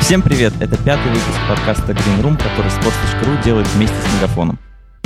Всем привет! Это 5-й выпуск подкаста Green Room, который Sports.ru делает вместе с Мегафоном.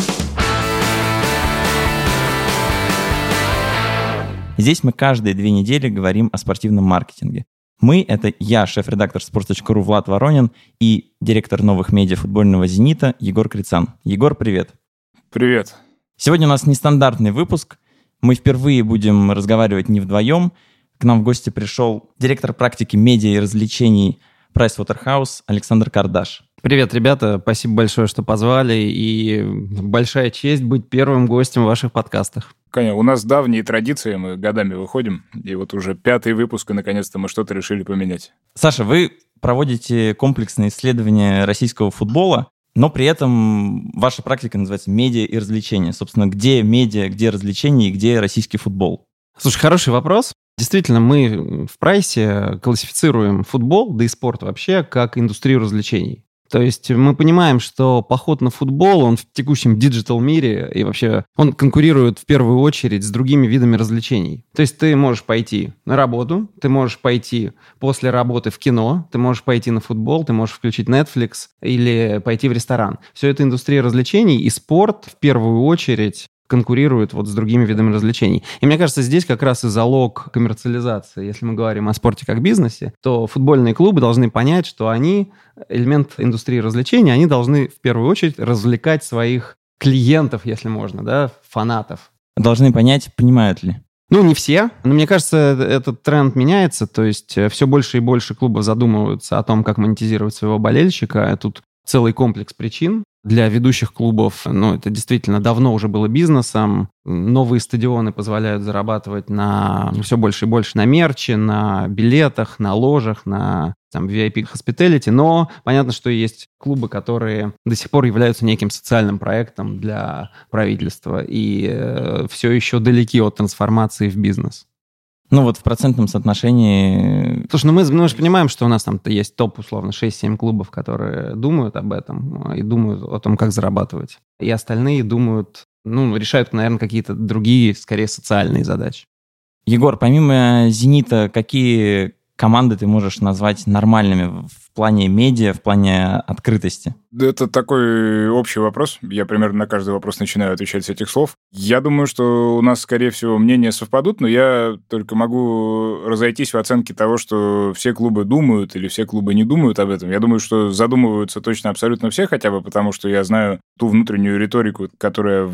Здесь мы каждые 2 недели говорим о спортивном маркетинге. Мы — это я, шеф-редактор Sports.ru Влад Воронин и директор новых медиа футбольного «Зенита» Егор Крицан. Егор, привет! Привет! Сегодня у нас нестандартный выпуск. Мы впервые будем разговаривать не вдвоем. К нам в гости пришел директор практики медиа и развлечений PricewaterhouseCoopers Александр Кардаш. Привет, ребята, спасибо большое, что позвали, и большая честь быть первым гостем в ваших подкастах. Конечно, у нас давние традиции, мы годами выходим, и вот уже 5-й выпуск, и наконец-то мы что-то решили поменять. Саша, вы проводите комплексные исследования российского футбола, но при этом ваша практика называется медиа и развлечения. Собственно, где медиа, где развлечения и где российский футбол? Слушай, хороший вопрос. Действительно, мы в прайсе классифицируем футбол, да и спорт вообще, как индустрию развлечений. То есть мы понимаем, что поход на футбол, он в текущем диджитал-мире, и вообще он конкурирует в первую очередь с другими видами развлечений. То есть ты можешь пойти на работу, ты можешь пойти после работы в кино, ты можешь пойти на футбол, ты можешь включить Netflix или пойти в ресторан. Все это индустрия развлечений, и спорт в первую очередь конкурируют вот с другими видами развлечений. И мне кажется, здесь как раз и залог коммерциализации. Если мы говорим о спорте как бизнесе, то футбольные клубы должны понять, что они, элемент индустрии развлечений, они должны в первую очередь развлекать своих клиентов, если можно, да, фанатов. Должны понять, понимают ли. Ну, не все, но мне кажется, этот тренд меняется, то есть все больше и больше клубов задумываются о том, как монетизировать своего болельщика. Тут целый комплекс причин. Для ведущих клубов, это действительно давно уже было бизнесом. Новые стадионы позволяют зарабатывать на все больше и больше на мерче, на билетах, на ложах, на VIP hospitality. Но понятно, что есть клубы, которые до сих пор являются неким социальным проектом для правительства и все еще далеки от трансформации в бизнес. В процентном соотношении... Слушай, мы же понимаем, что у нас там есть топ, условно, 6-7 клубов, которые думают об этом и думают о том, как зарабатывать. И остальные думают, решают, наверное, какие-то другие, скорее, социальные задачи. Егор, помимо «Зенита», какие команды ты можешь назвать нормальными в плане медиа, в плане открытости? Это такой общий вопрос. Я примерно на каждый вопрос начинаю отвечать с этих слов. Я думаю, что у нас, скорее всего, мнения совпадут, но я только могу разойтись в оценке того, что все клубы думают или все клубы не думают об этом. Я думаю, что задумываются точно абсолютно все, хотя бы потому, что я знаю ту внутреннюю риторику, которая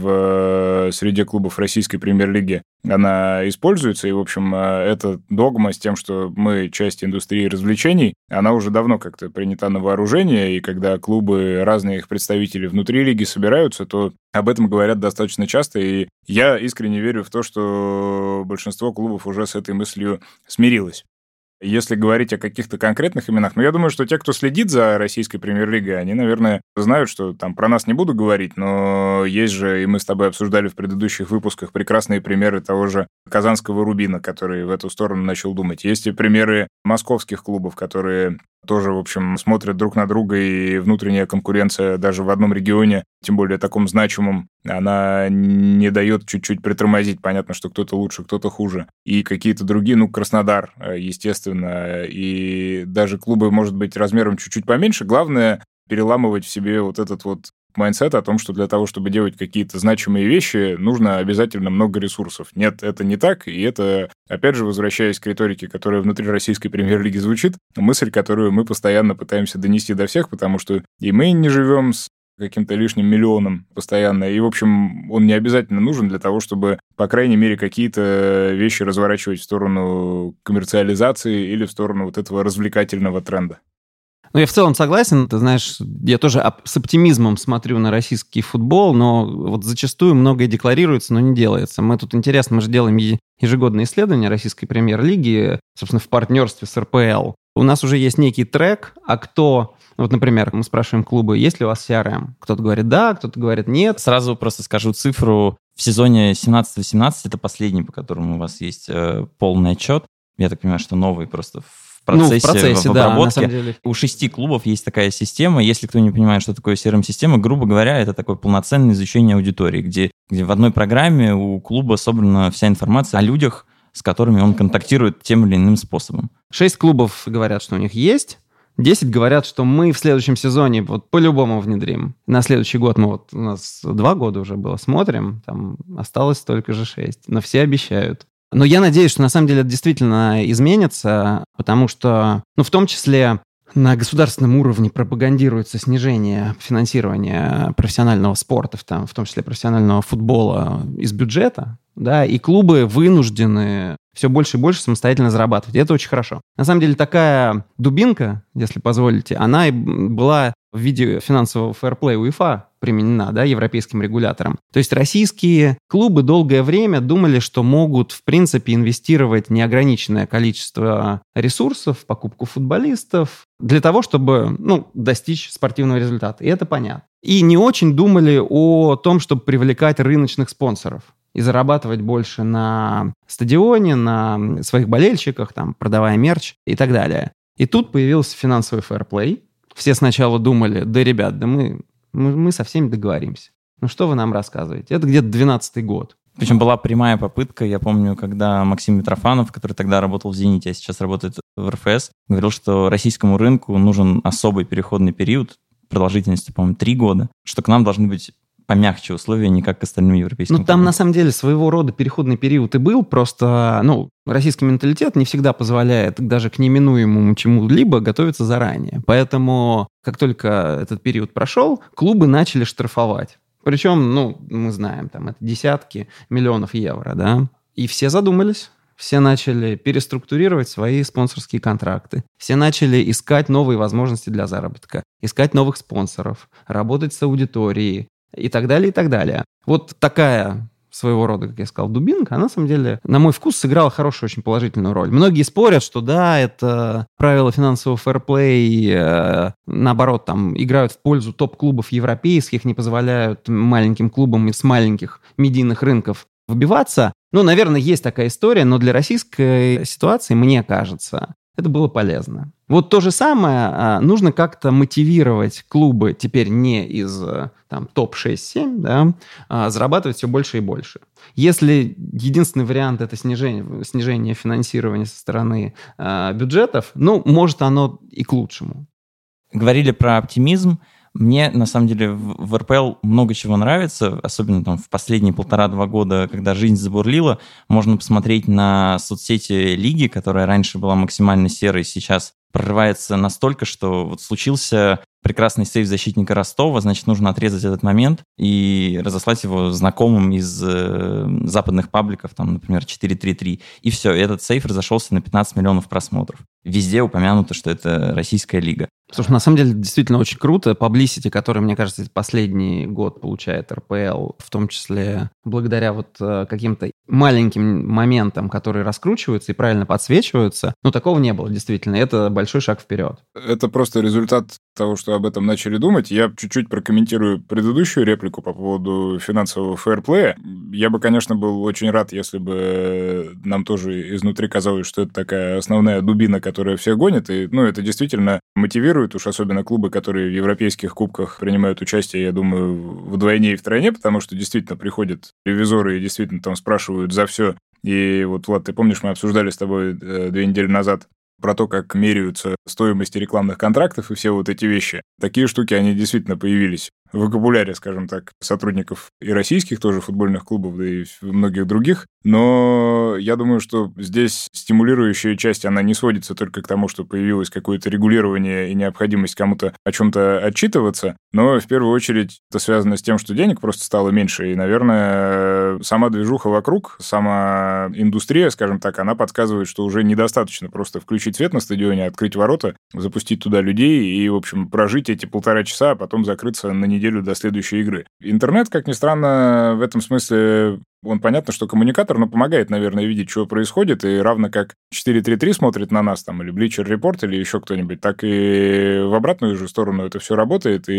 в среде клубов российской премьер-лиги, она используется. И, в общем, эта догма с тем, что мы часть индустрии развлечений, она уже давно как-то принята на вооружение, и когда клубы, разные их представители внутри лиги собираются, то об этом говорят достаточно часто, и я искренне верю в то, что большинство клубов уже с этой мыслью смирилось. Если говорить о каких-то конкретных именах, я думаю, что те, кто следит за российской премьер-лигой, они, наверное, знают, что там про нас не буду говорить, но есть же, и мы с тобой обсуждали в предыдущих выпусках, прекрасные примеры того же казанского «Рубина», который в эту сторону начал думать. Есть и примеры московских клубов, которые тоже, в общем, смотрят друг на друга, и внутренняя конкуренция даже в одном регионе, тем более таком значимом, она не дает чуть-чуть притормозить. Понятно, что кто-то лучше, кто-то хуже. И какие-то другие, Краснодар, естественно, и даже клубы, может быть, размером чуть-чуть поменьше. Главное переламывать в себе вот этот вот майндсет о том, что для того, чтобы делать какие-то значимые вещи, нужно обязательно много ресурсов. Нет, это не так, и это, опять же, возвращаясь к риторике, которая внутри российской премьер-лиги звучит, мысль, которую мы постоянно пытаемся донести до всех, потому что и мы не живем с каким-то лишним миллионом постоянно, и, в общем, он не обязательно нужен для того, чтобы, по крайней мере, какие-то вещи разворачивать в сторону коммерциализации или в сторону вот этого развлекательного тренда. Я в целом согласен. Ты знаешь, я тоже с оптимизмом смотрю на российский футбол, но вот зачастую многое декларируется, но не делается. Мы же делаем ежегодные исследования российской премьер-лиги, собственно, в партнерстве с РПЛ. У нас уже есть некий трек, например, мы спрашиваем клубы, есть ли у вас CRM? Кто-то говорит да, кто-то говорит нет. Сразу просто скажу цифру. В сезоне 17-18, это последний, по которому у вас есть полный отчет. Я так понимаю, что новый просто в процессе в обработке. На самом деле. У 6 клубов есть такая система. Если кто не понимает, что такое CRM-система, грубо говоря, это такое полноценное изучение аудитории, где в одной программе у клуба собрана вся информация о людях, с которыми он контактирует тем или иным способом. 6 клубов говорят, что у них есть. 10 говорят, что мы в следующем сезоне вот по-любому внедрим. На следующий год мы у нас 2 года уже было, смотрим, там осталось столько же 6, но все обещают. Но я надеюсь, что на самом деле это действительно изменится, потому что, в том числе на государственном уровне пропагандируется снижение финансирования профессионального спорта, в том числе профессионального футбола из бюджета, да, и клубы вынуждены все больше и больше самостоятельно зарабатывать. И это очень хорошо. На самом деле такая дубинка, если позволите, она и была в виде финансового фэрплея УЕФА применена, да, европейским регулятором. То есть российские клубы долгое время думали, что могут, в принципе, инвестировать неограниченное количество ресурсов в покупку футболистов для того, чтобы, достичь спортивного результата. И это понятно. И не очень думали о том, чтобы привлекать рыночных спонсоров и зарабатывать больше на стадионе, на своих болельщиках, там, продавая мерч и так далее. И тут появился финансовый фэрплей. Все сначала думали, ребят, мы со всеми договоримся. Что вы нам рассказываете? Это где-то 12-й год. Причем была прямая попытка, я помню, когда Максим Митрофанов, который тогда работал в «Зените», а сейчас работает в РФС, говорил, что российскому рынку нужен особый переходный период, продолжительностью, по-моему, 3 года, что к нам должны быть помягче условия, не как к остальным европейским. Там на самом деле своего рода переходный период и был, просто, российский менталитет не всегда позволяет даже к неминуемому чему-либо готовиться заранее. Поэтому, как только этот период прошел, клубы начали штрафовать. Причем, мы знаем, это десятки миллионов евро, да. И все задумались. Все начали переструктурировать свои спонсорские контракты. Все начали искать новые возможности для заработка, искать новых спонсоров, работать с аудиторией и так далее, и так далее. Вот такая своего рода, как я сказал, дубинка, она, на самом деле, на мой вкус, сыграла хорошую, очень положительную роль. Многие спорят, что да, это правила финансового фэрплей, наоборот, играют в пользу топ-клубов европейских, не позволяют маленьким клубам из маленьких медийных рынков выбиваться. Наверное, есть такая история, но для российской ситуации, мне кажется, это было полезно. Вот то же самое нужно как-то мотивировать клубы теперь не из топ-6-7, да, зарабатывать все больше и больше. Если единственный вариант – это снижение финансирования со стороны бюджетов, может, оно и к лучшему. Говорили про оптимизм. Мне, на самом деле, в РПЛ много чего нравится, особенно в последние 1,5-2 года, когда жизнь забурлила, можно посмотреть на соцсети лиги, которая раньше была максимально серой, сейчас прорывается настолько, что случился прекрасный сейв защитника Ростова, значит, нужно отрезать этот момент и разослать его знакомым из западных пабликов, например, 433, и все, и этот сейв разошелся на 15 миллионов просмотров. Везде упомянуто, что это российская лига. Слушай, на самом деле, действительно очень круто. Publicity, который, мне кажется, последний год получает РПЛ, в том числе благодаря каким-то маленьким моментам, которые раскручиваются и правильно подсвечиваются, такого не было, действительно. Это большой шаг вперед. Это просто результат того, что об этом начали думать. Я чуть-чуть прокомментирую предыдущую реплику по поводу финансового фэрплея. Я бы, конечно, был очень рад, если бы нам тоже изнутри казалось, что это такая основная дубина, которая всех гонит, и, это действительно мотивирует, уж особенно клубы, которые в европейских кубках принимают участие, я думаю, вдвойне и втройне, потому что действительно приходят ревизоры и действительно там спрашивают за все. И Влад, ты помнишь, мы обсуждали с тобой 2 недели назад про то, как меряются стоимости рекламных контрактов и все эти вещи. Такие штуки, они действительно появились в вокабуляре, скажем так, сотрудников и российских тоже футбольных клубов, да и многих других. Но я думаю, что здесь стимулирующая часть, она не сводится только к тому, что появилось какое-то регулирование и необходимость кому-то о чем-то отчитываться, но в первую очередь это связано с тем, что денег просто стало меньше, и, наверное, сама движуха вокруг, сама индустрия, скажем так, она подсказывает, что уже недостаточно просто включить свет на стадионе, открыть ворота, запустить туда людей и, в общем, прожить эти 1,5 часа, а потом закрыться на неделю до следующей игры. Интернет, как ни странно, в этом смысле, он понятно, что коммуникатор, но помогает, наверное, видеть, что происходит, и равно как 433 смотрит на нас, или Bleacher Report, или еще кто-нибудь, так и в обратную же сторону это все работает, и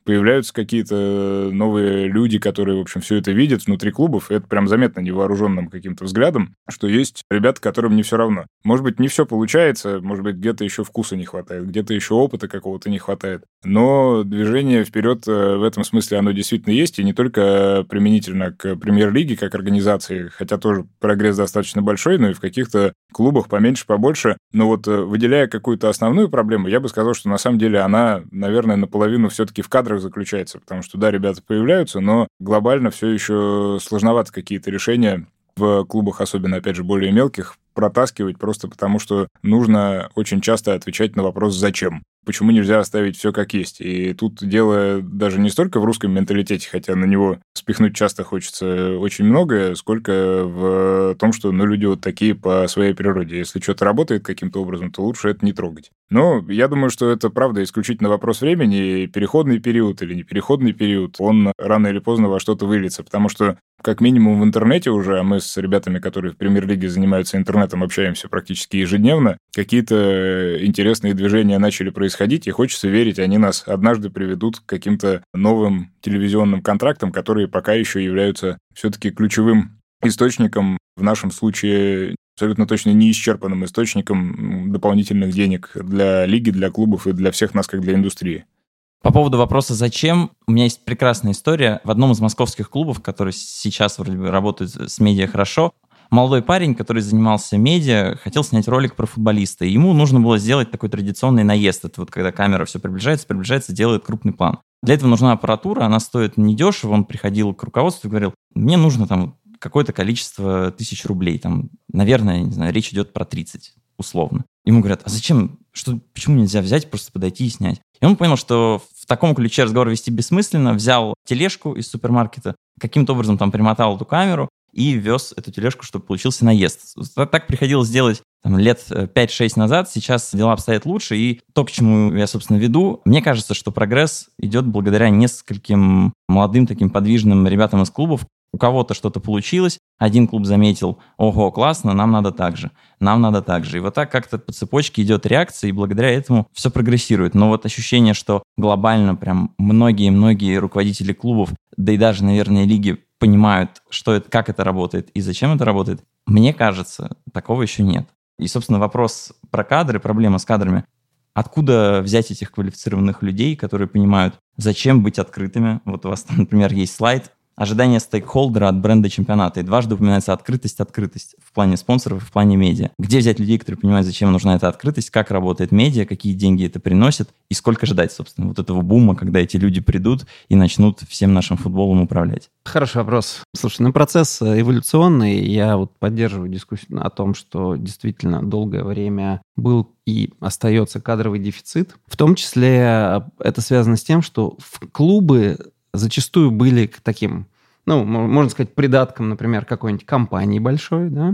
появляются какие-то новые люди, которые, в общем, все это видят внутри клубов, и это прям заметно невооруженным каким-то взглядом, что есть ребята, которым не все равно. Может быть, не все получается, может быть, где-то еще вкуса не хватает, где-то еще опыта какого-то не хватает, но движение вперед в этом смысле оно действительно есть, и не только применительно к премьер-лиге как организации, хотя тоже прогресс достаточно большой, но и в каких-то клубах поменьше, побольше. Но вот выделяя какую-то основную проблему, я бы сказал, что на самом деле она, наверное, наполовину все-таки в кадрах заключается, потому что, да, ребята появляются, но глобально все еще сложновато какие-то решения в клубах, особенно, опять же, более мелких, протаскивать просто потому, что нужно очень часто отвечать на вопрос «зачем?». Почему нельзя оставить все как есть? И тут дело даже не столько в русском менталитете, хотя на него спихнуть часто хочется очень многое, сколько в том, что люди вот такие по своей природе. Если что-то работает каким-то образом, то лучше это не трогать. Но я думаю, что это, правда, исключительно вопрос времени, переходный период или непереходный период, он рано или поздно во что-то выльется, потому что как минимум в интернете уже, а мы с ребятами, которые в премьер-лиге занимаются интернетом, общаемся практически ежедневно, какие-то интересные движения начали происходить, и хочется верить, они нас однажды приведут к каким-то новым телевизионным контрактам, которые пока еще являются все-таки ключевым источником, в нашем случае абсолютно точно неисчерпанным источником дополнительных денег для лиги, для клубов и для всех нас, как для индустрии. По поводу вопроса «зачем?», у меня есть прекрасная история. В одном из московских клубов, который сейчас вроде бы работает с медиа хорошо, молодой парень, который занимался медиа, хотел снять ролик про футболиста. И ему нужно было сделать такой традиционный наезд. Это вот когда камера все приближается, делает крупный план. Для этого нужна аппаратура, она стоит недешево. Он приходил к руководству и говорил: мне нужно там какое-то количество 1000 рублей. Там, наверное, не знаю, речь идет про 30, условно. Ему говорят: а зачем? Почему нельзя взять, просто подойти и снять? И он понял, что в таком ключе разговор вести бессмысленно, взял тележку из супермаркета, каким-то образом там примотал эту камеру и вез эту тележку, чтобы получился наезд. Так приходилось делать лет 5-6 назад. Сейчас дела обстоят лучше, и то, к чему я, собственно, веду, мне кажется, что прогресс идет благодаря нескольким молодым таким подвижным ребятам из клубов. У кого-то что-то получилось, один клуб заметил: ого, классно, нам надо так же, нам надо так же. И вот так как-то по цепочке идет реакция, и благодаря этому все прогрессирует. Но вот ощущение, что глобально прям многие руководители клубов, да и даже, наверное, лиги понимают, что это, как это работает и зачем это работает, мне кажется, такого еще нет. И, собственно, вопрос про кадры, проблема с кадрами. Откуда взять этих квалифицированных людей, которые понимают, зачем быть открытыми? Вот у вас там, например, есть слайд «Ожидания стейкхолдера от бренда чемпионата». И дважды упоминается открытость в плане спонсоров и в плане медиа. Где взять людей, которые понимают, зачем нужна эта открытость, как работает медиа, какие деньги это приносит, и сколько ждать, собственно, вот этого бума, когда эти люди придут и начнут всем нашим футболом управлять? Хороший вопрос. Слушай, процесс эволюционный. Я вот поддерживаю дискуссию о том, что действительно долгое время был и остается кадровый дефицит. В том числе это связано с тем, что клубы зачастую были к таким, можно сказать, придатком, например, какой-нибудь компании большой, да,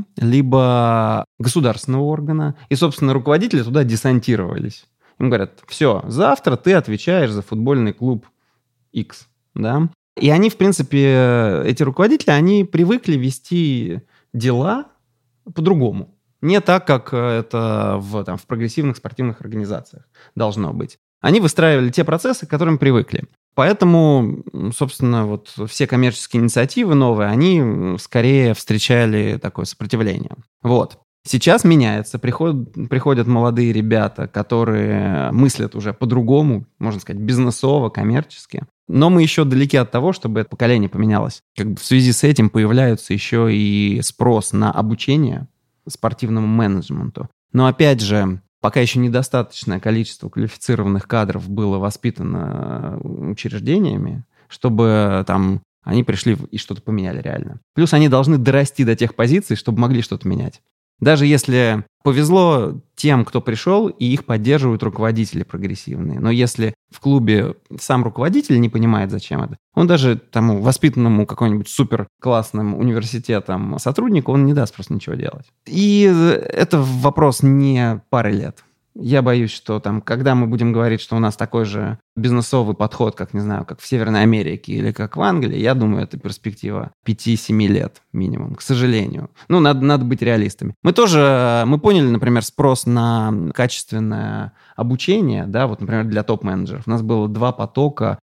либо государственного органа. И, собственно, руководители туда десантировались. Им говорят: все, завтра ты отвечаешь за футбольный клуб X, да. И они, в принципе, эти руководители, они привыкли вести дела по-другому. Не так, как это в прогрессивных спортивных организациях должно быть. Они выстраивали те процессы, к которым привыкли. Поэтому, собственно, вот все коммерческие инициативы новые, они скорее встречали такое сопротивление. Вот. Сейчас меняется. Приходят молодые ребята, которые мыслят уже по-другому, можно сказать, бизнесово, коммерчески. Но мы еще далеки от того, чтобы это поколение поменялось. В связи с этим появляется еще и спрос на обучение спортивному менеджменту. Но опять же, пока еще недостаточное количество квалифицированных кадров было воспитано учреждениями, чтобы они пришли и что-то поменяли реально. Плюс они должны дорасти до тех позиций, чтобы могли что-то менять. Даже если повезло тем, кто пришел, и их поддерживают руководители прогрессивные. Но если в клубе сам руководитель не понимает, зачем это, он даже тому воспитанному какой-нибудь суперклассным университетом сотруднику, он не даст просто ничего делать. И это вопрос не пары лет. Я боюсь, что когда мы будем говорить, что у нас такой же бизнесовый подход, как в Северной Америке или как в Англии, я думаю, это перспектива 5-7 лет минимум, к сожалению. Надо быть реалистами. Мы поняли, например, спрос на качественное обучение, да, вот, например, для топ-менеджеров. У нас было 2 потока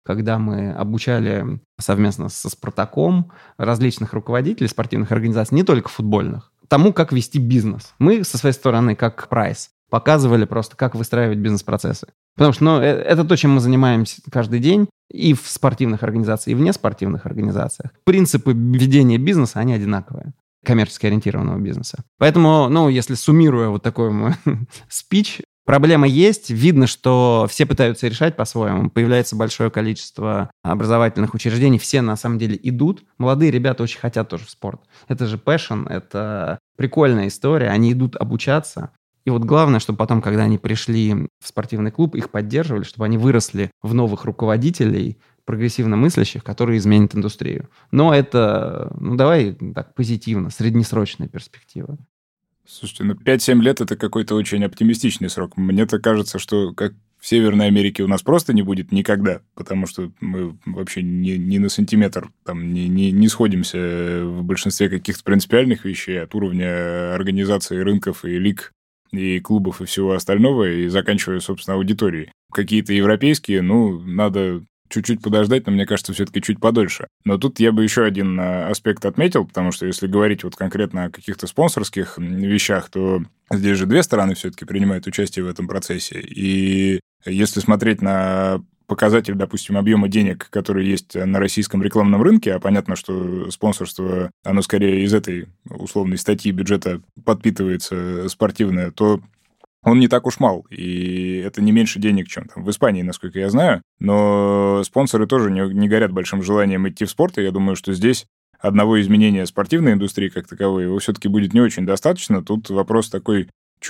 когда мы обучали совместно со «Спартаком» различных руководителей спортивных организаций, не только футбольных, тому, как вести бизнес. Мы со своей стороны, как Прайс, показывали просто, как выстраивать бизнес-процессы. Потому что это то, чем мы занимаемся каждый день и в спортивных организациях, и вне спортивных организациях. Принципы ведения бизнеса, они одинаковые, коммерчески ориентированного бизнеса. Поэтому, если суммируя вот такой мой спич, проблема есть, видно, что все пытаются решать по-своему. Появляется большое количество образовательных учреждений, все на самом деле идут. Молодые ребята очень хотят тоже в спорт. Это же passion, это прикольная история, они идут обучаться. И вот главное, чтобы потом, когда они пришли в спортивный клуб, их поддерживали, чтобы они выросли в новых руководителей, прогрессивно мыслящих, которые изменят индустрию. Но это, давай так, позитивно, среднесрочная перспектива. Слушайте, 5-7 лет – это какой-то очень оптимистичный срок. Мне-то кажется, что как в Северной Америке у нас просто не будет никогда, потому что мы вообще ни на сантиметр там не сходимся в большинстве каких-то принципиальных вещей от уровня организации рынков и лиг, и клубов, и всего остального, и заканчивая, собственно, аудиторией. Какие-то европейские, надо чуть-чуть подождать, но мне кажется, все-таки чуть подольше. Но тут я бы еще один аспект отметил, потому что если говорить вот конкретно о каких-то спонсорских вещах, то здесь же две стороны все-таки принимают участие в этом процессе. И если смотреть на показатель, допустим, объема денег, который есть на российском рекламном рынке, а понятно, что спонсорство, оно скорее из этой условной статьи бюджета подпитывается спортивное, то он не так уж мал, и это не меньше денег, чем там в Испании, насколько я знаю. Но спонсоры тоже не горят большим желанием идти в спорт, и я думаю, что здесь одного изменения спортивной индустрии как таковой его все-таки будет не очень достаточно. Тут вопрос такой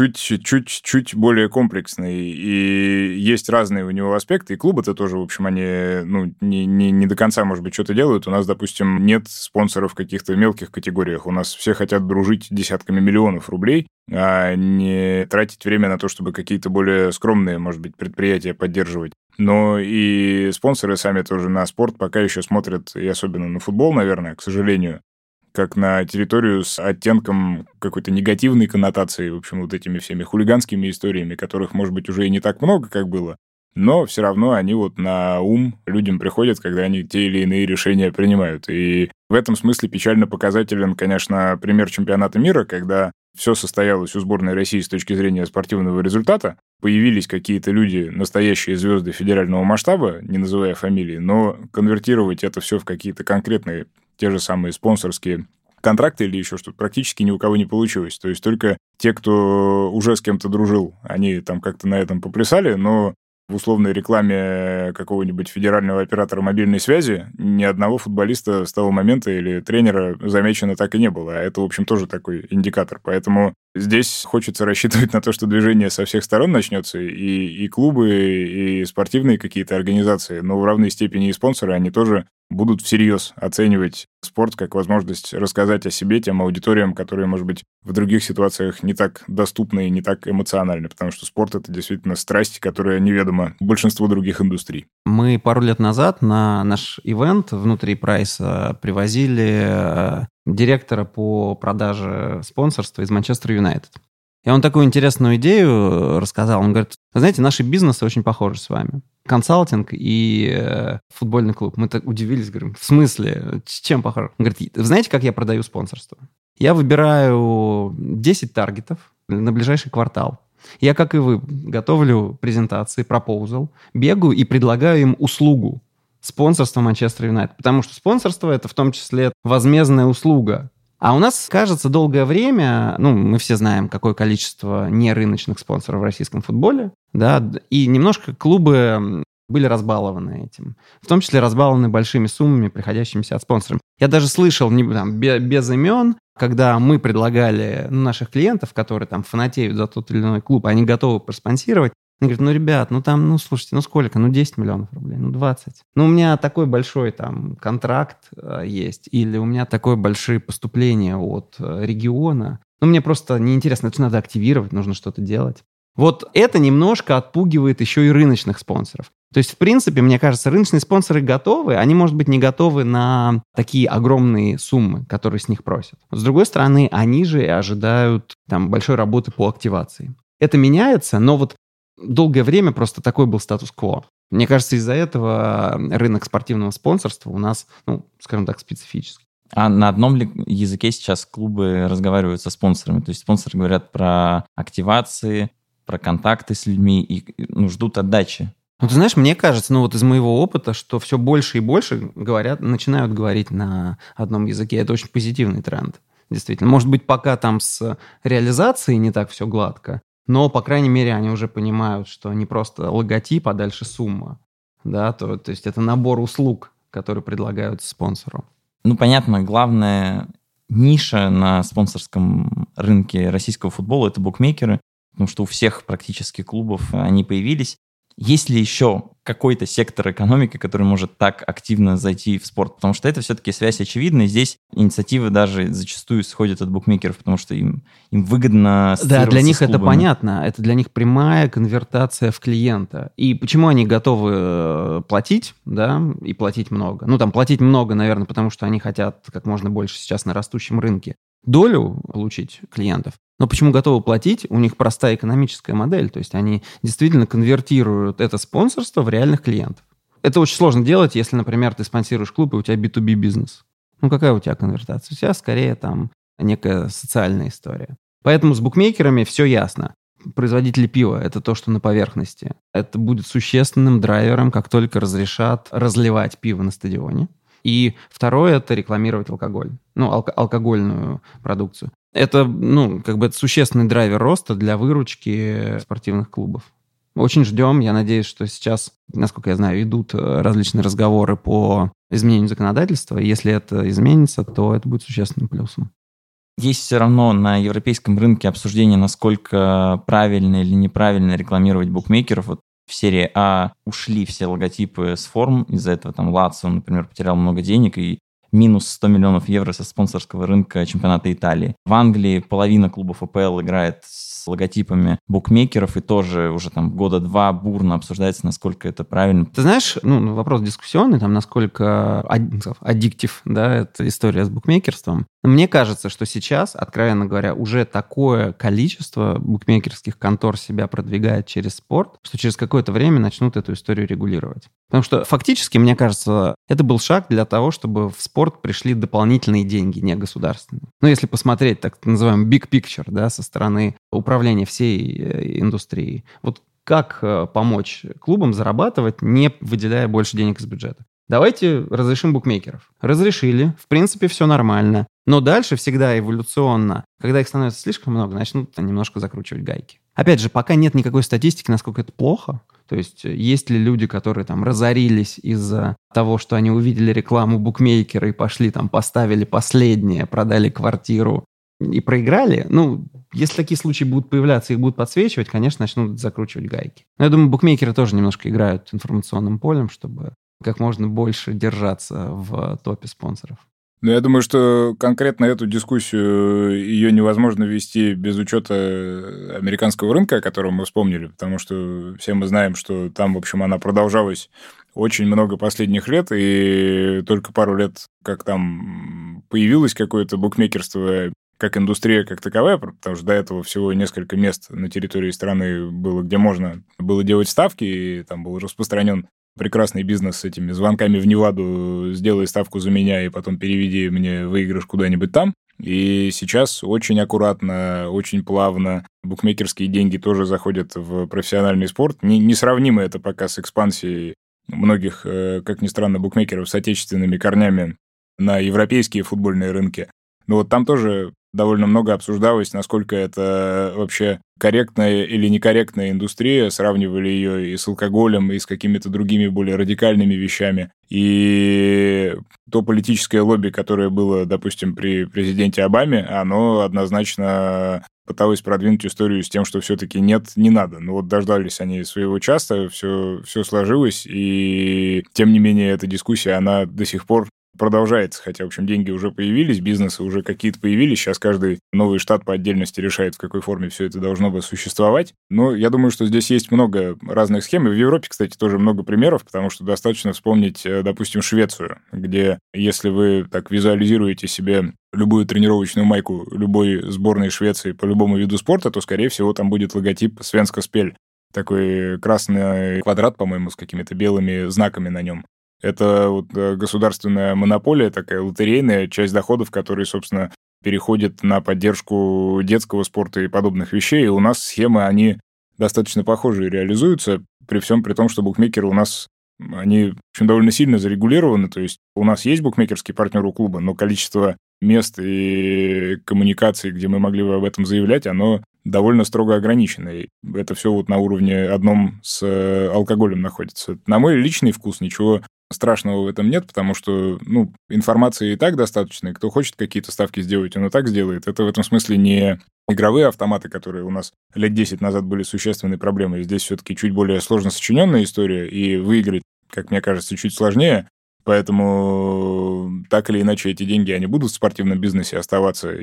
чуть более комплексный, и есть разные у него аспекты, и клубы-то тоже, в общем, они не до конца, может быть, что-то делают. У нас, допустим, нет спонсоров в каких-то мелких категориях. У нас все хотят дружить десятками миллионов рублей, а не тратить время на то, чтобы какие-то более скромные, может быть, предприятия поддерживать. Но и спонсоры сами тоже на спорт пока еще смотрят, и особенно на футбол, наверное, к сожалению, как на территорию с оттенком какой-то негативной коннотации, в общем, вот этими всеми хулиганскими историями, которых, может быть, уже и не так много, как было, но все равно они вот на ум людям приходят, когда они те или иные решения принимают. И в этом смысле печально показателен, конечно, пример чемпионата мира, когда все состоялось у сборной России с точки зрения спортивного результата, появились какие-то люди, настоящие звезды федерального масштаба, не называя фамилии, но конвертировать это все в какие-то конкретные, те же самые спонсорские контракты или еще что-то, практически ни у кого не получилось. То есть только те, кто уже с кем-то дружил, они там как-то на этом поплясали, но в условной рекламе какого-нибудь федерального оператора мобильной связи ни одного футболиста с того момента или тренера замечено так и не было. А это, в общем, тоже такой индикатор. Поэтому здесь хочется рассчитывать на то, что движение со всех сторон начнется, и клубы, и спортивные какие-то организации, но в равной степени и спонсоры, они тоже будут всерьез оценивать спорт как возможность рассказать о себе тем аудиториям, которые, может быть, в других ситуациях не так доступны и не так эмоциональны, потому что спорт — это действительно страсть, которая неведома большинству других индустрий. Мы пару лет назад на наш ивент внутри Прайса привозили директора по продаже спонсорства из Манчестер Юнайтед. И он такую интересную идею рассказал. Он говорит, вы знаете, наши бизнесы очень похожи с вами. Консалтинг и футбольный клуб. Мы так удивились, говорим, в смысле, с чем похоже? Он говорит, вы знаете, как я продаю спонсорство? Я выбираю 10 таргетов на ближайший квартал. Я, как и вы, готовлю презентации, пропоузал, бегаю и предлагаю им услугу спонсорства Манчестер Юнайтед. Потому что спонсорство — это в том числе возмездная услуга. А у нас, кажется, долгое время, мы все знаем, какое количество нерыночных спонсоров в российском футболе, да, и немножко клубы были разбалованы этим. В том числе разбалованы большими суммами, приходящимися от спонсоров. Я даже слышал, без имен, когда мы предлагали наших клиентов, которые там фанатеют за тот или иной клуб, они готовы проспонсировать. Они говорят, ребят, слушайте, сколько? 10 миллионов рублей, 20. У меня такой большой там контракт есть, или у меня такое большие поступления от региона. Мне просто неинтересно, это надо активировать, нужно что-то делать. Вот это немножко отпугивает еще и рыночных спонсоров. То есть, в принципе, мне кажется, рыночные спонсоры готовы, они, может быть, не готовы на такие огромные суммы, которые с них просят. С другой стороны, они же ожидают там большой работы по активации. Это меняется, но вот Долгое время просто такой был статус-кво. Мне кажется, из-за этого рынок спортивного спонсорства у нас, скажем так, специфический. А на одном ли языке сейчас клубы разговаривают со спонсорами? То есть спонсоры говорят про активации, про контакты с людьми и ждут отдачи. Ты знаешь, мне кажется, из моего опыта, что все больше и больше начинают говорить на одном языке. Это очень позитивный тренд, действительно. Может быть, пока там с реализацией не так все гладко, но, по крайней мере, они уже понимают, что не просто логотип, а дальше сумма. Да? То есть это набор услуг, которые предлагаются спонсору. Понятно, главная ниша на спонсорском рынке российского футбола – это букмекеры, потому что у всех практически клубов они появились. Есть ли еще какой-то сектор экономики, который может так активно зайти в спорт? Потому что это все-таки связь очевидна, и здесь инициативы даже зачастую исходят от букмекеров, потому что им выгодно ассоциироваться. Да, для них с клубами. Это понятно. Это для них прямая конвертация в клиента. И почему они готовы платить, да, и платить много? Платить много, наверное, потому что они хотят как можно больше сейчас на растущем рынке долю получить клиентов. Но почему готовы платить? У них простая экономическая модель. То есть они действительно конвертируют это спонсорство в реальных клиентов. Это очень сложно делать, если, например, ты спонсируешь клуб, и у тебя B2B бизнес. Какая у тебя конвертация? У тебя скорее там некая социальная история. Поэтому с букмекерами все ясно. Производители пива – это то, что на поверхности. Это будет существенным драйвером, как только разрешат разливать пиво на стадионе. И второе – это рекламировать алкоголь. Алкогольную продукцию. Это, это существенный драйвер роста для выручки спортивных клубов. Очень ждем. Я надеюсь, что сейчас, насколько я знаю, идут различные разговоры по изменению законодательства. Если это изменится, то это будет существенным плюсом. Есть все равно на европейском рынке обсуждение, насколько правильно или неправильно рекламировать букмекеров. В серии А ушли все логотипы с форм, из-за этого Лацио, например, потерял много денег и минус 100 миллионов евро со спонсорского рынка чемпионата Италии. В Англии половина клубов АПЛ играет с логотипами букмекеров, и тоже уже года два бурно обсуждается, насколько это правильно. Ты знаешь, вопрос дискуссионный, насколько аддиктив, да, эта история с букмекерством. Мне кажется, что сейчас, откровенно говоря, уже такое количество букмекерских контор себя продвигает через спорт, что через какое-то время начнут эту историю регулировать. Потому что фактически, мне кажется, это был шаг для того, чтобы в спорт пришли дополнительные деньги, не государственные. Если посмотреть так называемый big picture, да, со стороны управления всей индустрией, как помочь клубам зарабатывать, не выделяя больше денег из бюджета? Давайте разрешим букмекеров. Разрешили, в принципе, все нормально. Но дальше всегда эволюционно, когда их становится слишком много, начнут немножко закручивать гайки. Опять же, пока нет никакой статистики, насколько это плохо. То есть есть ли люди, которые разорились из-за того, что они увидели рекламу букмекера и пошли поставили последнее, продали квартиру и проиграли? Если такие случаи будут появляться, их будут подсвечивать, конечно, начнут закручивать гайки. Но я думаю, букмекеры тоже немножко играют информационным полем, чтобы как можно больше держаться в топе спонсоров. Я думаю, что конкретно эту дискуссию, ее невозможно вести без учета американского рынка, о котором мы вспомнили, потому что все мы знаем, что там, в общем, она продолжалась очень много последних лет, и только пару лет, как там появилось какое-то букмекерство, как индустрия как таковая, потому что до этого всего несколько мест на территории страны было, где можно было делать ставки, и там был распространен прекрасный бизнес с этими звонками в Неваду, сделай ставку за меня и потом переведи мне выигрыш куда-нибудь там. И сейчас очень аккуратно, очень плавно букмекерские деньги тоже заходят в профессиональный спорт. Несравнимо это пока с экспансией многих, как ни странно, букмекеров с отечественными корнями на европейские футбольные рынки. Но там тоже довольно много обсуждалось, насколько это вообще корректная или некорректная индустрия. Сравнивали ее и с алкоголем, и с какими-то другими более радикальными вещами. И то политическое лобби, которое было, допустим, при президенте Обаме, оно однозначно пыталось продвинуть историю с тем, что все-таки нет, не надо. Дождались они своего часа, все сложилось, и тем не менее эта дискуссия, она до сих пор продолжается, хотя, в общем, деньги уже появились, бизнесы уже какие-то появились, сейчас каждый новый штат по отдельности решает, в какой форме все это должно бы существовать. Но я думаю, что здесь есть много разных схем, и в Европе, кстати, тоже много примеров, потому что достаточно вспомнить, допустим, Швецию, где, если вы так визуализируете себе любую тренировочную майку любой сборной Швеции по любому виду спорта, то, скорее всего, там будет логотип Svenska Spel. такой красный квадрат, по-моему, с какими-то белыми знаками на нем. Это вот государственная монополия, такая лотерейная, часть доходов, которые, собственно, переходят на поддержку детского спорта и подобных вещей. И у нас схемы, они достаточно похожие реализуются, при всем при том, что букмекеры у нас, они, в общем, довольно сильно зарегулированы. То есть у нас есть букмекерский партнер у клуба, но количество мест и коммуникаций, где мы могли бы об этом заявлять, оно довольно строго ограничено. И это все вот на уровне одном с алкоголем находится. На мой личный вкус ничего страшного в этом нет, потому что, информации и так достаточно, и кто хочет какие-то ставки сделать, он и так сделает. Это в этом смысле не игровые автоматы, которые у нас лет 10 назад были существенной проблемой. Здесь все-таки чуть более сложно сочиненная история, и выиграть, как мне кажется, чуть сложнее. Поэтому так или иначе эти деньги, они будут в спортивном бизнесе оставаться.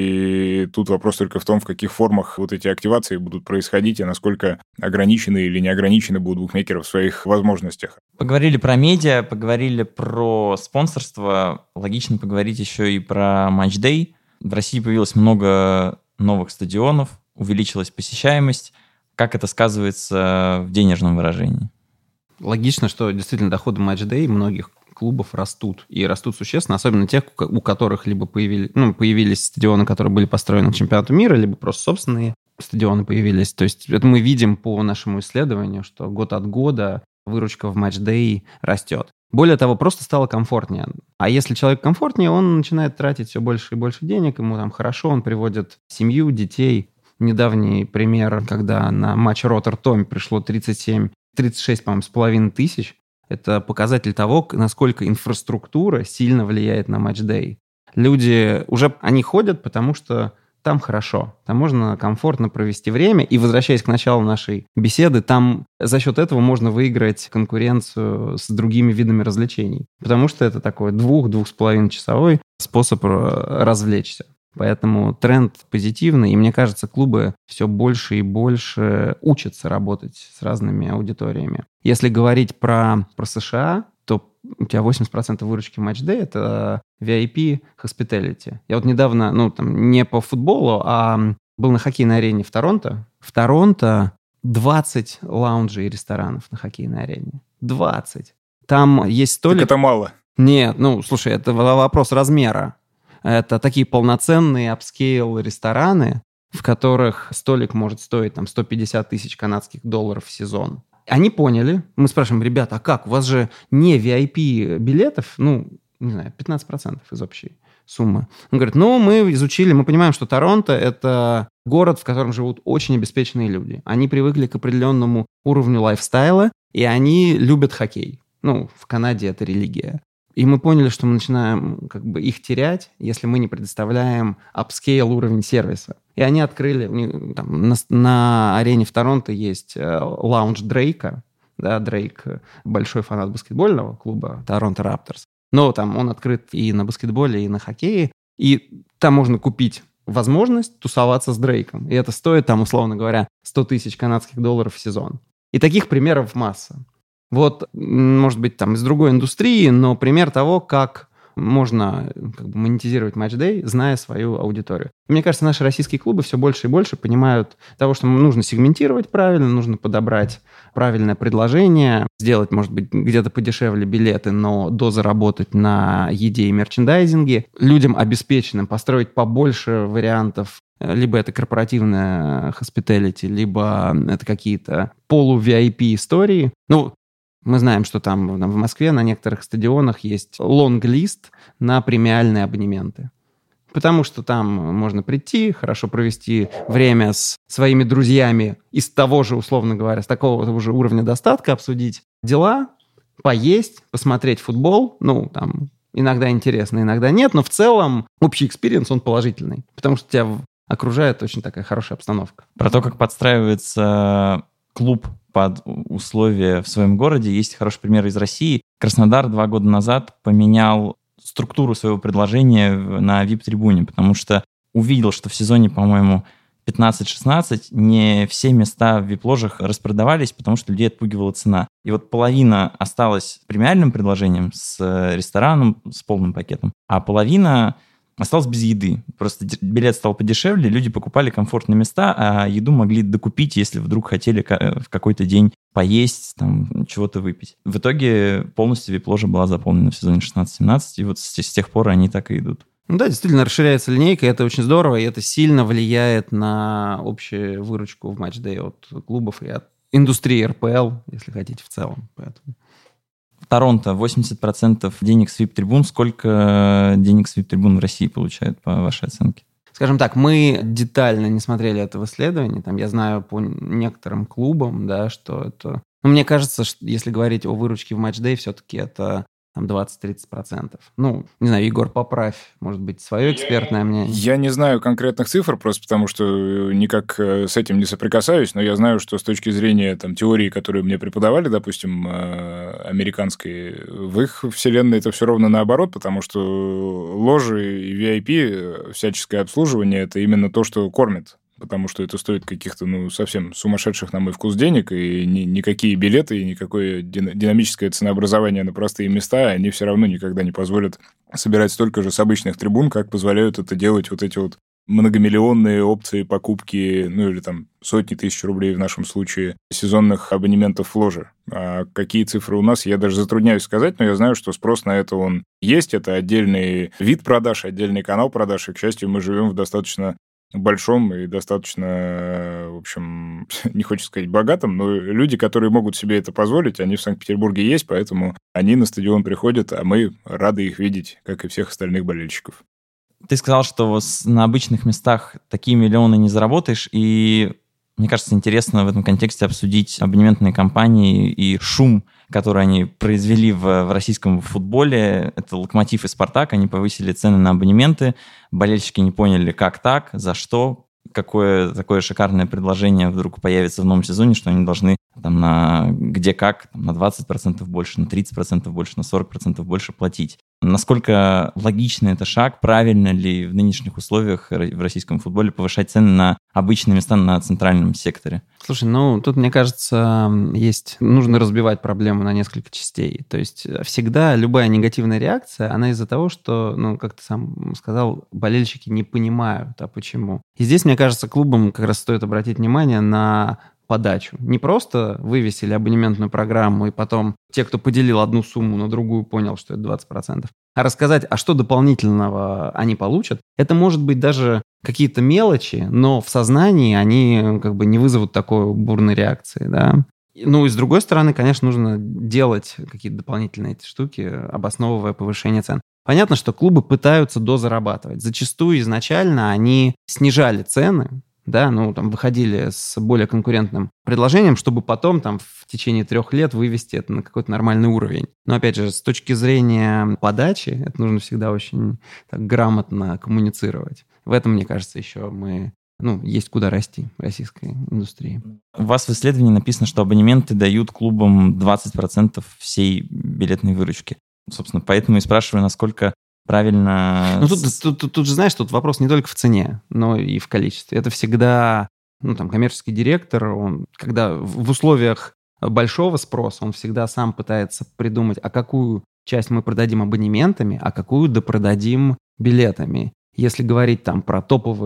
И тут вопрос только в том, в каких формах вот эти активации будут происходить, и насколько ограничены или не ограничены будут букмекеры в своих возможностях. Поговорили про медиа, поговорили про спонсорство. Логично поговорить еще и про матч-дэй. В России появилось много новых стадионов, увеличилась посещаемость. Как это сказывается в денежном выражении? Логично, что действительно доходы матч-дэй многих клубов растут. И растут существенно, особенно тех, у которых либо появились стадионы, которые были построены к чемпионату мира, либо просто собственные стадионы появились. То есть это мы видим по нашему исследованию, что год от года выручка в матч-дэй растет. Более того, просто стало комфортнее. А если человек комфортнее, он начинает тратить все больше и больше денег, ему там хорошо, он приводит семью, детей. Недавний пример, когда на матч Роттердам пришло 36, по-моему, с половиной тысяч. Это показатель того, насколько инфраструктура сильно влияет на матч-дэй. Люди они ходят, потому что там хорошо, там можно комфортно провести время. И, возвращаясь к началу нашей беседы, там за счет этого можно выиграть конкуренцию с другими видами развлечений. Потому что это такой 2-2,5-часовой способ развлечься. Поэтому тренд позитивный, и мне кажется, клубы все больше и больше учатся работать с разными аудиториями. Если говорить про США, то у тебя 80% выручки матч-дэй – это VIP Hospitality. Я вот недавно, не по футболу, а был на хоккейной арене в Торонто. В Торонто 20 лаунжей и ресторанов на хоккейной арене. 20. Там есть столик... Так это мало. Нет, слушай, это вопрос размера. Это такие полноценные апскейл рестораны, в которых столик может стоить там 150 тысяч канадских долларов в сезон. Они поняли. Мы спрашиваем, ребята, а как? У вас же не VIP билетов, 15% из общей суммы. Он говорит, мы изучили, мы понимаем, что Торонто – это город, в котором живут очень обеспеченные люди. Они привыкли к определенному уровню лайфстайла, и они любят хоккей. В Канаде это религия. И мы поняли, что мы начинаем их терять, если мы не предоставляем апскейл уровень сервиса. И они открыли, на арене в Торонто есть лаунж Дрейка. Да, Дрейк – большой фанат баскетбольного клуба Торонто Рапторс. Но там он открыт и на баскетболе, и на хоккее. И там можно купить возможность тусоваться с Дрейком. И это стоит, условно говоря, 100 тысяч канадских долларов в сезон. И таких примеров масса. Вот, может быть, из другой индустрии, но пример того, как можно монетизировать матч-дэй, зная свою аудиторию. И мне кажется, наши российские клубы все больше и больше понимают того, что нужно сегментировать правильно, нужно подобрать правильное предложение, сделать, может быть, где-то подешевле билеты, но дозаработать на еде и мерчендайзинге, людям обеспеченным построить побольше вариантов. Либо это корпоративная hospitality, либо это какие-то полу-VIP истории. Мы знаем, что там в Москве на некоторых стадионах есть лонг-лист на премиальные абонементы. Потому что там можно прийти, хорошо провести время с своими друзьями из того же, условно говоря, с такого же уровня достатка, обсудить дела, поесть, посмотреть футбол. Иногда интересно, иногда нет, но в целом общий экспириенс, он положительный. Потому что тебя окружает очень такая хорошая обстановка. Про то, как подстраивается клуб под условия в своем городе, есть хороший пример из России. Краснодар 2 года назад поменял структуру своего предложения на VIP-трибуне, потому что увидел, что в сезоне, по-моему, 15-16 не все места в VIP-ложах распродавались, потому что людей отпугивала цена. И вот половина осталась премиальным предложением с рестораном, с полным пакетом, а половина осталось без еды. Просто билет стал подешевле, люди покупали комфортные места, а еду могли докупить, если вдруг хотели в какой-то день поесть, там, чего-то выпить. В итоге полностью вип-ложа была заполнена в сезоне 16-17, и вот с тех пор они так и идут. Ну да, действительно расширяется линейка, и это очень здорово, и это сильно влияет на общую выручку в матч-дэй от клубов и от индустрии РПЛ, если хотите, в целом. Поэтому. В Торонто 80% денег с VIP-трибун. Сколько денег с VIP-трибун в России получают, по вашей оценке? Скажем так, мы детально не смотрели этого исследования. Там, я знаю по некоторым клубам, да, что это... Но мне кажется, что если говорить о выручке в матч-дэй, все-таки это там 20-30%. Ну, не знаю, Егор, поправь, может быть, свое экспертное мнение. Я не знаю конкретных цифр, просто потому что никак с этим не соприкасаюсь, но я знаю, что с точки зрения там, теории, которую мне преподавали, допустим, американской, в их вселенной это все ровно наоборот, потому что ложи и VIP, всяческое обслуживание, это именно то, что кормит. Потому что это стоит каких-то, совсем сумасшедших, на мой вкус, денег, и никакие билеты, и никакое динамическое ценообразование на простые места, они все равно никогда не позволят собирать столько же с обычных трибун, как позволяют это делать вот эти вот многомиллионные опции покупки, или там сотни тысяч рублей в нашем случае, сезонных абонементов в ложе. А какие цифры у нас, я даже затрудняюсь сказать, но я знаю, что спрос на это он есть, это отдельный вид продаж, отдельный канал продаж, и, к счастью, мы живем в достаточно большом и достаточно, в общем, не хочется сказать богатом, но люди, которые могут себе это позволить, они в Санкт-Петербурге есть, поэтому они на стадион приходят, а мы рады их видеть, как и всех остальных болельщиков. Ты сказал, что на обычных местах такие миллионы не заработаешь, и мне кажется, интересно в этом контексте обсудить абонементные компании и шум, который они произвели в российском футболе. Это «Локомотив» и «Спартак». Они повысили цены на абонементы. Болельщики не поняли, как так, за что, какое такое шикарное предложение вдруг появится в новом сезоне, что они должны там на 20% больше, на 30% больше, на 40% больше платить. Насколько логичный это шаг, правильно ли в нынешних условиях в российском футболе повышать цены на обычные места на центральном секторе? Слушай, тут, мне кажется, нужно разбивать проблему на несколько частей. То есть всегда любая негативная реакция, она из-за того, что, как ты сам сказал, болельщики не понимают, а почему. И здесь, мне кажется, клубам как раз стоит обратить внимание на подачу. Не просто вывесили абонементную программу, и потом те, кто поделил одну сумму на другую, понял, что это 20%, а рассказать, а что дополнительного они получат. Это может быть даже какие-то мелочи, но в сознании они как бы не вызовут такой бурной реакции, да. И с другой стороны, конечно, нужно делать какие-то дополнительные эти штуки, обосновывая повышение цен. Понятно, что клубы пытаются дозарабатывать. Зачастую изначально они снижали цены, да, выходили с более конкурентным предложением, чтобы потом в течение 3 лет вывести это на какой-то нормальный уровень. Но, опять же, с точки зрения подачи, это нужно всегда очень так грамотно коммуницировать. В этом, мне кажется, еще есть куда расти в российской индустрии. У вас в исследовании написано, что абонементы дают клубам 20% всей билетной выручки. Собственно, поэтому и спрашиваю, насколько правильно... Тут же, знаешь, тут вопрос не только в цене, но и в количестве. Это всегда, коммерческий директор, он, когда в условиях большого спроса, он всегда сам пытается придумать, а какую часть мы продадим абонементами, а какую допродадим билетами. Если говорить про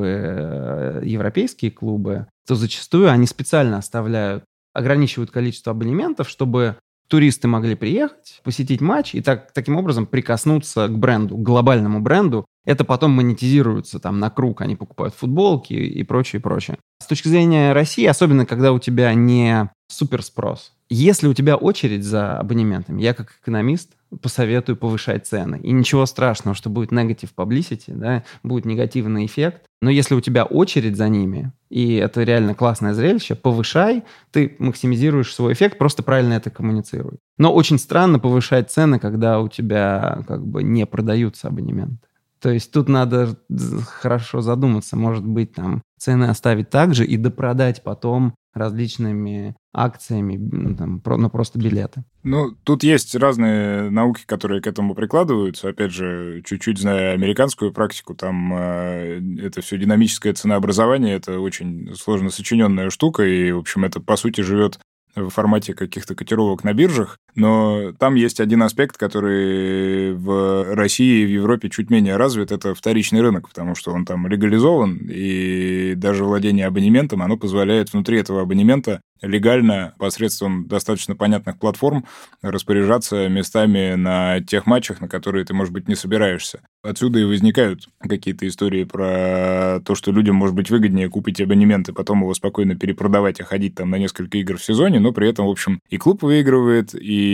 топовые европейские клубы, то зачастую они специально ограничивают количество абонементов, чтобы туристы могли приехать, посетить матч и таким образом прикоснуться к бренду, к глобальному бренду. Это потом монетизируется на круг, они покупают футболки и прочее, прочее. С точки зрения России, особенно когда у тебя не суперспрос, если у тебя очередь за абонементами, я как экономист посоветую повышать цены. И ничего страшного, что будет negative publicity, да, будет негативный эффект. Но если у тебя очередь за ними, и это реально классное зрелище, повышай, ты максимизируешь свой эффект, просто правильно это коммуницируй. Но очень странно повышать цены, когда у тебя не продаются абонементы. То есть тут надо хорошо задуматься, может быть, цены оставить так же и допродать потом различными акциями, просто билеты. Тут есть разные науки, которые к этому прикладываются. Опять же, чуть-чуть зная американскую практику, там это все динамическое ценообразование, это очень сложно сочиненная штука, и, в общем, это, по сути, живет в формате каких-то котировок на биржах, но там есть один аспект, который в России и в Европе чуть менее развит, это вторичный рынок, потому что он там легализован, и даже владение абонементом, оно позволяет внутри этого абонемента легально, посредством достаточно понятных платформ, распоряжаться местами на тех матчах, на которые ты, может быть, не собираешься. Отсюда и возникают какие-то истории про то, что людям, может быть, выгоднее купить абонемент и потом его спокойно перепродавать и ходить там на несколько игр в сезоне, но при этом, в общем, и клуб выигрывает,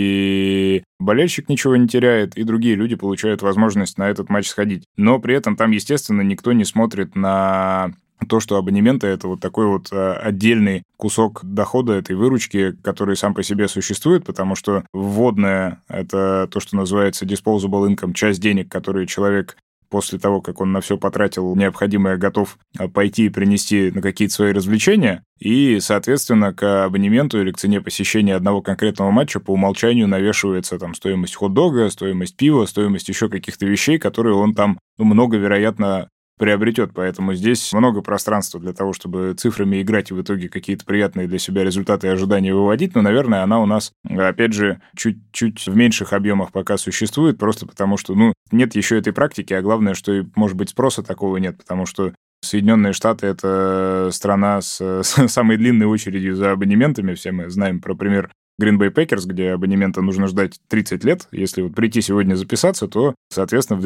и болельщик ничего не теряет, и другие люди получают возможность на этот матч сходить. Но при этом там, естественно, никто не смотрит на то, что абонементы — это вот такой вот отдельный кусок дохода этой выручки, который сам по себе существует, потому что вводное — это то, что называется disposable income, часть денег, которые человек после того, как он на все потратил необходимое, готов пойти и принести на какие-то свои развлечения, и, соответственно, к абонементу или к цене посещения одного конкретного матча по умолчанию навешивается там стоимость хот-дога, стоимость пива, стоимость еще каких-то вещей, которые он там много, вероятно, приобретет. Поэтому здесь много пространства для того, чтобы цифрами играть и в итоге какие-то приятные для себя результаты и ожидания выводить. Но, наверное, она у нас, опять же, чуть-чуть в меньших объемах пока существует, просто потому что, нет еще этой практики, а главное, что, может быть, спроса такого нет, потому что Соединенные Штаты — это страна с самой длинной очередью за абонементами. Все мы знаем про пример Green Bay Packers, где абонемента нужно ждать 30 лет. Если вот прийти сегодня записаться, то, соответственно, в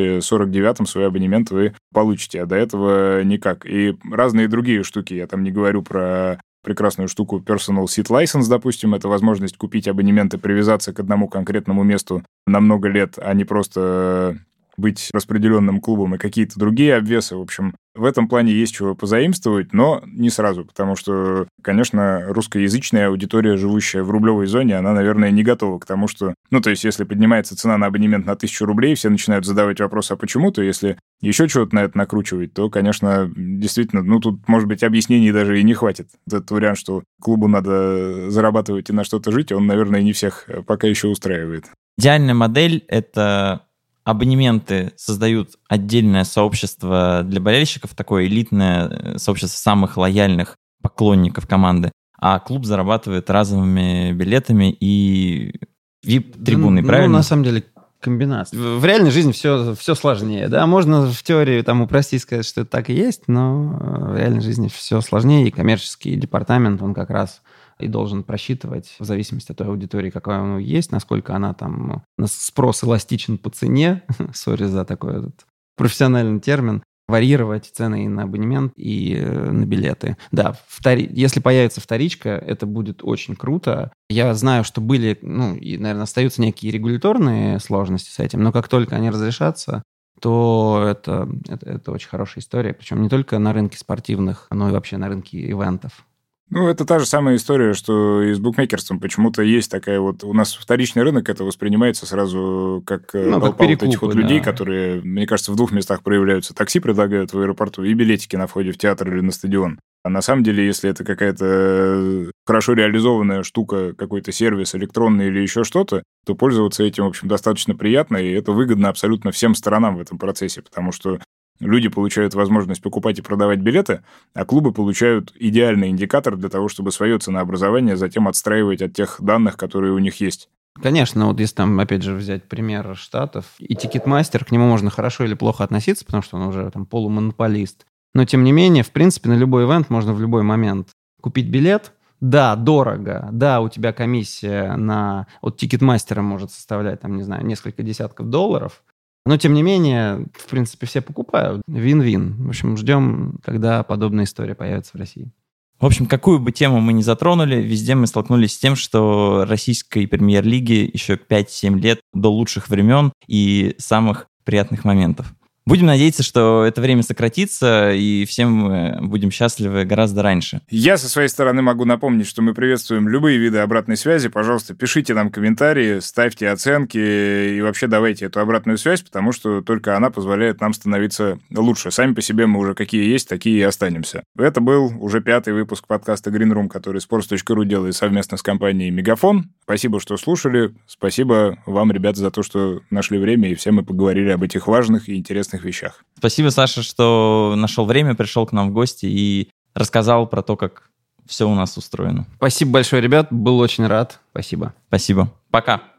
2049 свой абонемент вы получите, а до этого никак. И разные другие штуки. Я там не говорю про прекрасную штуку Personal Seat License, допустим. Это возможность купить абонемент и привязаться к одному конкретному месту на много лет, а не просто быть распределенным клубом и какие-то другие обвесы. В общем, в этом плане есть чего позаимствовать, но не сразу, потому что, конечно, русскоязычная аудитория, живущая в рублевой зоне, она, наверное, не готова к тому, что... то есть, если поднимается цена на абонемент на 1000 рублей, все начинают задавать вопрос, а почему? То если еще чего-то на это накручивать, то, конечно, действительно, тут, может быть, объяснений даже и не хватит. Этот вариант, что клубу надо зарабатывать и на что-то жить, он, наверное, не всех пока еще устраивает. Идеальная модель — это... Абонементы создают отдельное сообщество для болельщиков, такое элитное сообщество самых лояльных поклонников команды, а клуб зарабатывает разовыми билетами и VIP-трибуной, правильно? На самом деле, комбинация. В реальной жизни все сложнее, да? Можно в теории там упростить, сказать, что это так и есть, но в реальной жизни все сложнее, и коммерческий департамент, он как раз и должен просчитывать в зависимости от той аудитории, какая она есть, насколько она там, спрос эластичен по цене, сори за такой этот профессиональный термин, варьировать цены и на абонемент, и на билеты. Да, если появится вторичка, это будет очень круто. Я знаю, что были, и, наверное, остаются некие регуляторные сложности с этим, но как только они разрешатся, то это очень хорошая история, причем не только на рынке спортивных, но и вообще на рынке ивентов. Это та же самая история, что и с букмекерством. Почему-то есть такая вот... У нас вторичный рынок, это воспринимается сразу как толпа вот этих вот людей, которые, мне кажется, в двух местах проявляются. Такси предлагают в аэропорту и билетики на входе в театр или на стадион. А на самом деле, если это какая-то хорошо реализованная штука, какой-то сервис электронный или еще что-то, то пользоваться этим, в общем, достаточно приятно, и это выгодно абсолютно всем сторонам в этом процессе, потому что люди получают возможность покупать и продавать билеты, а клубы получают идеальный индикатор для того, чтобы свое ценообразование затем отстраивать от тех данных, которые у них есть. Конечно, вот если там, опять же, взять пример Штатов, и Ticketmaster, к нему можно хорошо или плохо относиться, потому что он уже там полумонополист. Но, тем не менее, в принципе, на любой ивент можно в любой момент купить билет. Да, дорого, да, у тебя комиссия от Ticketmaster может составлять, там, не знаю, несколько десятков долларов. Но, тем не менее, в принципе, все покупают. Вин-вин. В общем, ждем, когда подобная история появится в России. В общем, какую бы тему мы ни затронули, везде мы столкнулись с тем, что российской премьер-лиги еще 5-7 лет до лучших времен и самых приятных моментов. Будем надеяться, что это время сократится, и всем мы будем счастливы гораздо раньше. Я со своей стороны могу напомнить, что мы приветствуем любые виды обратной связи. Пожалуйста, пишите нам комментарии, ставьте оценки и вообще давайте эту обратную связь, потому что только она позволяет нам становиться лучше. Сами по себе мы уже какие есть, такие и останемся. Это был уже 5-й выпуск подкаста Green Room, который sports.ru делает совместно с компанией Мегафон. Спасибо, что слушали. Спасибо вам, ребята, за то, что нашли время, и все мы поговорили об этих важных и интересных вещах. Спасибо, Саша, что нашел время, пришел к нам в гости и рассказал про то, как все у нас устроено. Спасибо большое, ребят. Был очень рад. Спасибо. Спасибо. Пока.